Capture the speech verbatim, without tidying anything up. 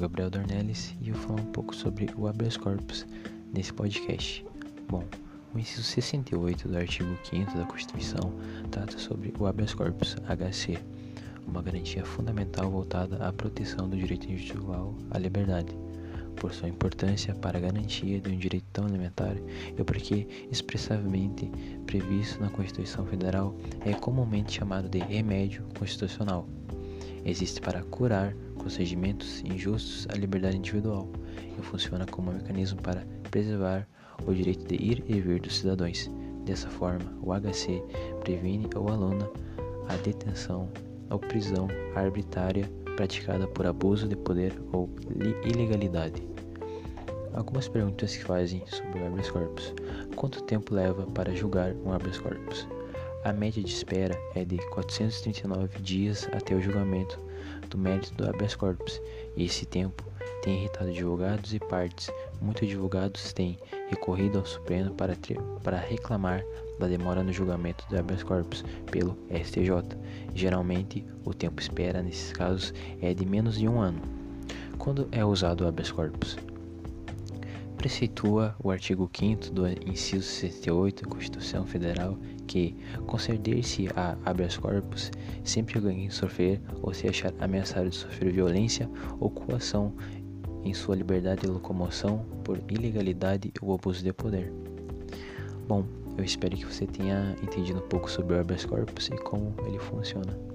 Gabriel Dornelles e eu vou falar um pouco sobre o habeas corpus nesse podcast. Bom, o inciso sessenta e oito do artigo quinto da Constituição trata sobre o habeas corpus H C, uma garantia fundamental voltada à proteção do direito individual à liberdade, por sua importância para a garantia de um direito tão elementar e porque expressamente previsto na Constituição Federal é comumente chamado de remédio constitucional. Existe para curar procedimentos injustos à liberdade individual e funciona como um mecanismo para preservar o direito de ir e vir dos cidadãos. Dessa forma, o H C previne ou aluna a detenção ou prisão arbitrária praticada por abuso de poder ou ilegalidade. Algumas perguntas que fazem sobre o habeas corpus. Quanto tempo leva para julgar um habeas corpus? A média de espera é de quatrocentos e trinta e nove dias até o julgamento do mérito do habeas corpus, e esse tempo tem irritado advogados e partes. Muitos advogados têm recorrido ao Supremo para, ter, para reclamar da demora no julgamento do habeas corpus pelo S T J. Geralmente, o tempo espera nesses casos é de menos de um ano. Quando é usado o habeas corpus? Preceitua o artigo quinto do inciso sessenta e oito da Constituição Federal que conceder-se a habeas corpus sempre que alguém sofrer ou se achar ameaçado de sofrer violência ou coação em sua liberdade de locomoção por ilegalidade ou abuso de poder. Bom, eu espero que você tenha entendido um pouco sobre o habeas corpus e como ele funciona.